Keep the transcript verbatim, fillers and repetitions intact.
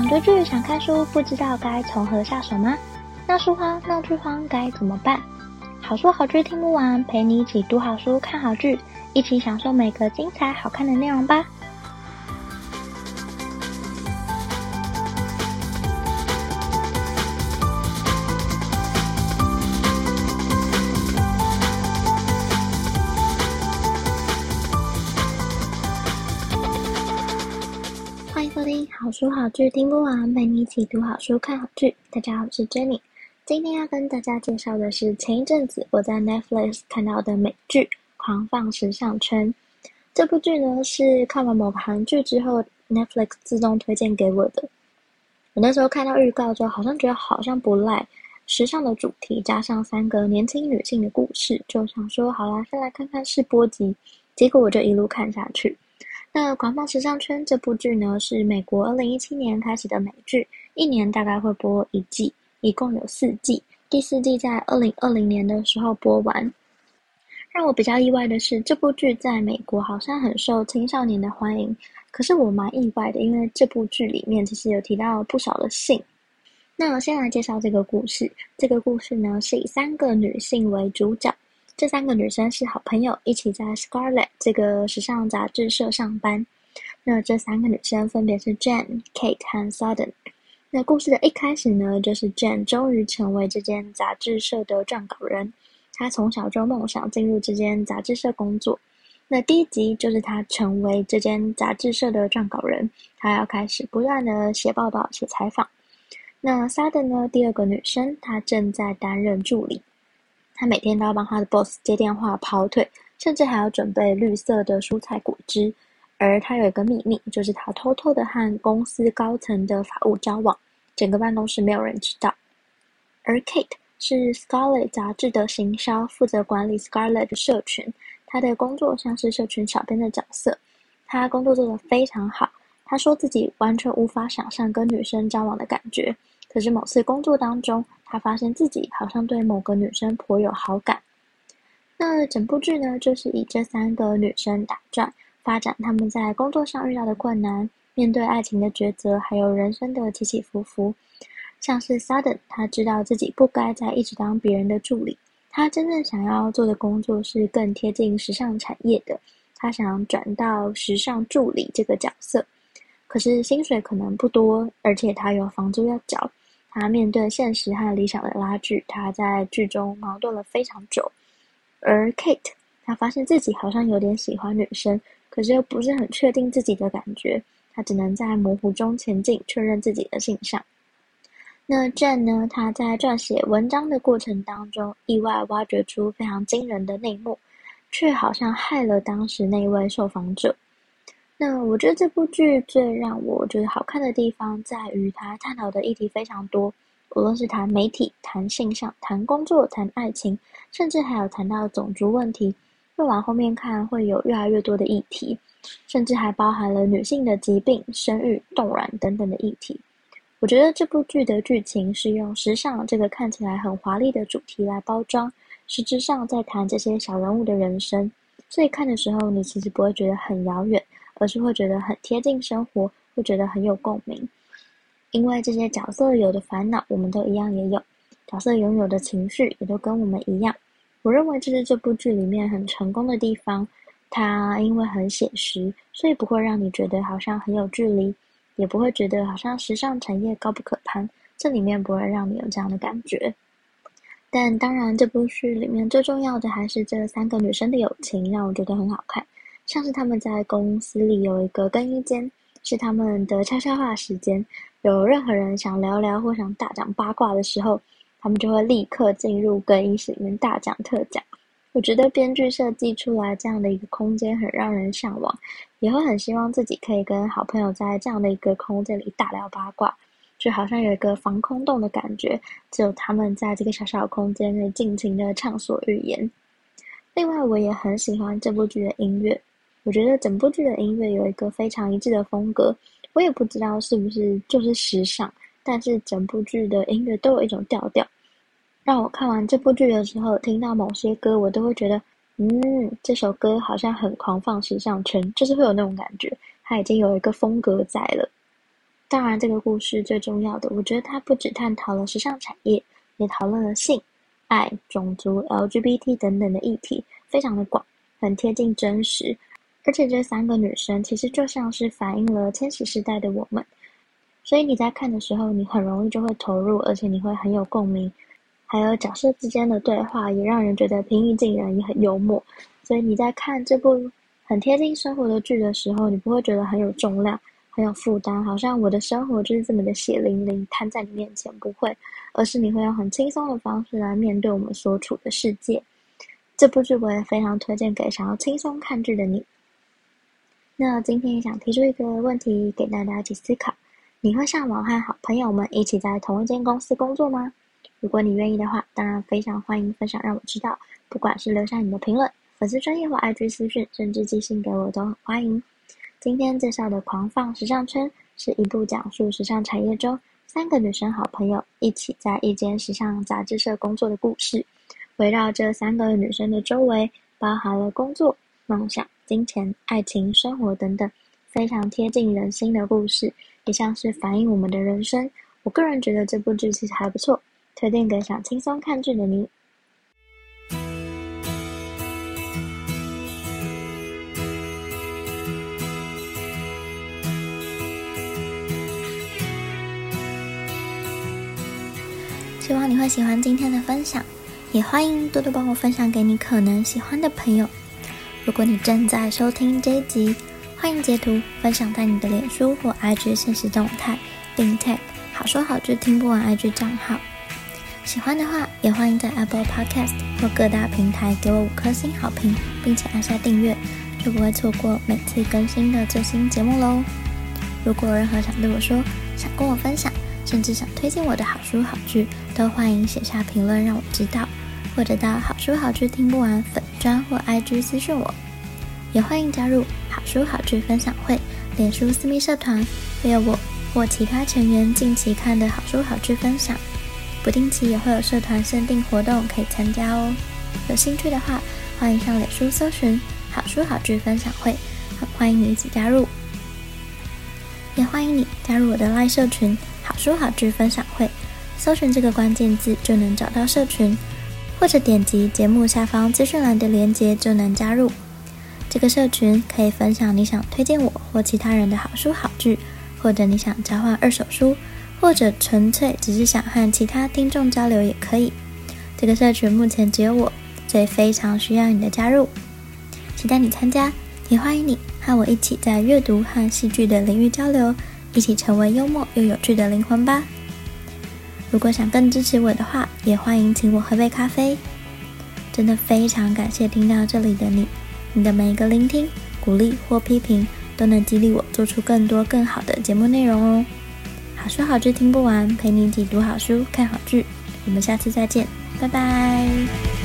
想追剧想看书，不知道该从何下手吗？闹书荒闹剧荒该怎么办？好书好剧听不完，陪你一起读好书看好剧，一起享受每个精彩好看的内容吧。欢迎收听好书好剧听不完，陪你一起读好书看好剧。大家好，我是 Jenny。今天要跟大家介绍的是前一阵子我在 Netflix 看到的美剧《狂放时尚圈》。这部剧呢是看完某个韩剧之后 Netflix 自动推荐给我的。我那时候看到预告之后好像觉得好像不赖，时尚的主题加上三个年轻女性的故事，就想说好啦，先来看看试播集。结果我就一路看下去。那《狂放时尚圈》这部剧呢，是美国二零一七年开始的美剧，一年大概会播一季，一共有四季，第四季在二零二零年的时候播完。让我比较意外的是，这部剧在美国好像很受青少年的欢迎，可是我蛮意外的，因为这部剧里面其实有提到不少的性。那我先来介绍这个故事，这个故事呢是以三个女性为主角。这三个女生是好朋友，一起在 Scarlet 这个时尚杂志社上班。那这三个女生分别是 Jen、Kate 和 Sudden。那故事的一开始呢，就是 Jen 终于成为这间杂志社的撰稿人。她从小就梦想进入这间杂志社工作。那第一集就是她成为这间杂志社的撰稿人，她要开始不断的写报道、写采访。那 Sudden 呢，第二个女生，她正在担任助理。他每天都要帮他的 boss 接电话跑腿，甚至还要准备绿色的蔬菜果汁。而他有一个秘密，就是他偷偷的和公司高层的法务交往，整个办公室没有人知道。而 Kate 是 Scarlet 杂志的行销，负责管理 Scarlet 的社群。他的工作像是社群小编的角色，他工作做得非常好。他说自己完全无法想象跟女生交往的感觉，可是某次工作当中，他发现自己好像对某个女生颇有好感。那整部剧呢，就是以这三个女生打转，发展她们在工作上遇到的困难，面对爱情的抉择，还有人生的起起伏伏。像是 Sudden， 她知道自己不该再一直当别人的助理，她真正想要做的工作是更贴近时尚产业的，她想转到时尚助理这个角色。可是薪水可能不多，而且她有房租要缴。他面对现实和理想的拉锯，他在剧中矛盾了非常久。而 Kate， 他发现自己好像有点喜欢女生，可是又不是很确定自己的感觉，他只能在模糊中前进，确认自己的性向。那 Jen 呢，他在撰写文章的过程当中，意外挖掘出非常惊人的内幕，却好像害了当时那位受访者。那我觉得这部剧最让我觉得好看的地方在于它探讨的议题非常多，无论是谈媒体、谈性向、谈工作、谈爱情，甚至还有谈到种族问题。越往后面看会有越来越多的议题，甚至还包含了女性的疾病、生育、冻卵等等的议题。我觉得这部剧的剧情是用时尚这个看起来很华丽的主题来包装，实质上在谈这些小人物的人生，所以看的时候你其实不会觉得很遥远，而是会觉得很贴近生活，会觉得很有共鸣。因为这些角色有的烦恼我们都一样也有，角色拥有的情绪也都跟我们一样。我认为这是这部剧里面很成功的地方，它因为很写实，所以不会让你觉得好像很有距离，也不会觉得好像时尚产业高不可攀，这里面不会让你有这样的感觉。但当然这部剧里面最重要的还是这三个女生的友情让我觉得很好看。像是他们在公司里有一个更衣间，是他们的悄悄话时间，有任何人想聊聊或想大讲八卦的时候，他们就会立刻进入更衣室里面大讲特讲。我觉得编剧设计出来这样的一个空间很让人向往，也会很希望自己可以跟好朋友在这样的一个空间里大聊八卦，就好像有一个防空洞的感觉，只有他们在这个小小的空间内尽情的畅所欲言。另外我也很喜欢这部剧的音乐，我觉得整部剧的音乐有一个非常一致的风格，我也不知道是不是就是时尚，但是整部剧的音乐都有一种调调，让我看完这部剧的时候听到某些歌我都会觉得嗯，这首歌好像很狂放时尚圈，就是会有那种感觉，它已经有一个风格在了。 当然这个故事最重要的，我觉得它不只探讨了时尚产业，也讨论了性、爱、种族、L G B T 等等的议题，非常的广，很贴近真实。而且这三个女生其实就像是反映了千禧世代的我们，所以你在看的时候你很容易就会投入，而且你会很有共鸣，还有角色之间的对话也让人觉得平易近人，也很幽默。所以你在看这部很贴近生活的剧的时候，你不会觉得很有重量，很有负担，好像我的生活就是这么的血淋淋摊在你面前，不会，而是你会用很轻松的方式来面对我们所处的世界。这部剧我也非常推荐给想要轻松看剧的你。那今天也想提出一个问题给大家一起思考，你会向往和好朋友们一起在同一间公司工作吗？如果你愿意的话，当然非常欢迎分享让我知道，不管是留下你的评论、粉丝专页或 I G 私讯，甚至寄信给我都很欢迎。今天介绍的狂放时尚圈是一部讲述时尚产业中三个女生好朋友一起在一间时尚杂志社工作的故事，围绕这三个女生的周围包含了工作、梦想、金钱、爱情、生活等等，非常贴近人心的故事，也像是反映我们的人生。我个人觉得这部剧其实还不错，推荐给想轻松看剧的你。希望你会喜欢今天的分享，也欢迎多多帮我分享给你可能喜欢的朋友。如果你正在收听这一集，欢迎截图分享在你的脸书或 I G 限时动态，并 tag 好说好剧听不完 I G 账号。喜欢的话，也欢迎在 Apple Podcast 或各大平台给我五颗星好评，并且按下订阅，就不会错过每次更新的最新节目咯。如果有任何想对我说，想跟我分享，甚至想推荐我的好书好剧，都欢迎写下评论让我知道，或者到好书好剧听不完粉专或 I G 私讯我。也欢迎加入好书好剧分享会脸书私密社团，会有我或其他成员近期看的好书好剧分享，不定期也会有社团限定活动可以参加哦。有兴趣的话，欢迎上脸书搜寻好书好剧分享会，很欢迎你一起加入。也欢迎你加入我的 LINE 社群好书好剧分享会，搜寻这个关键字就能找到社群，或者点击节目下方资讯栏的连结就能加入。这个社群可以分享你想推荐我或其他人的好书好剧，或者你想交换二手书，或者纯粹只是想和其他听众交流也可以。这个社群目前只有我，所以非常需要你的加入，期待你参加，也欢迎你和我一起在阅读和戏剧的领域交流，一起成为幽默又有趣的灵魂吧。如果想更支持我的话，也欢迎请我喝杯咖啡。真的非常感谢听到这里的你，你的每一个聆听、鼓励或批评都能激励我做出更多更好的节目内容哦。好书好剧听不完，陪你一起读好书看好剧，我们下次再见，拜拜。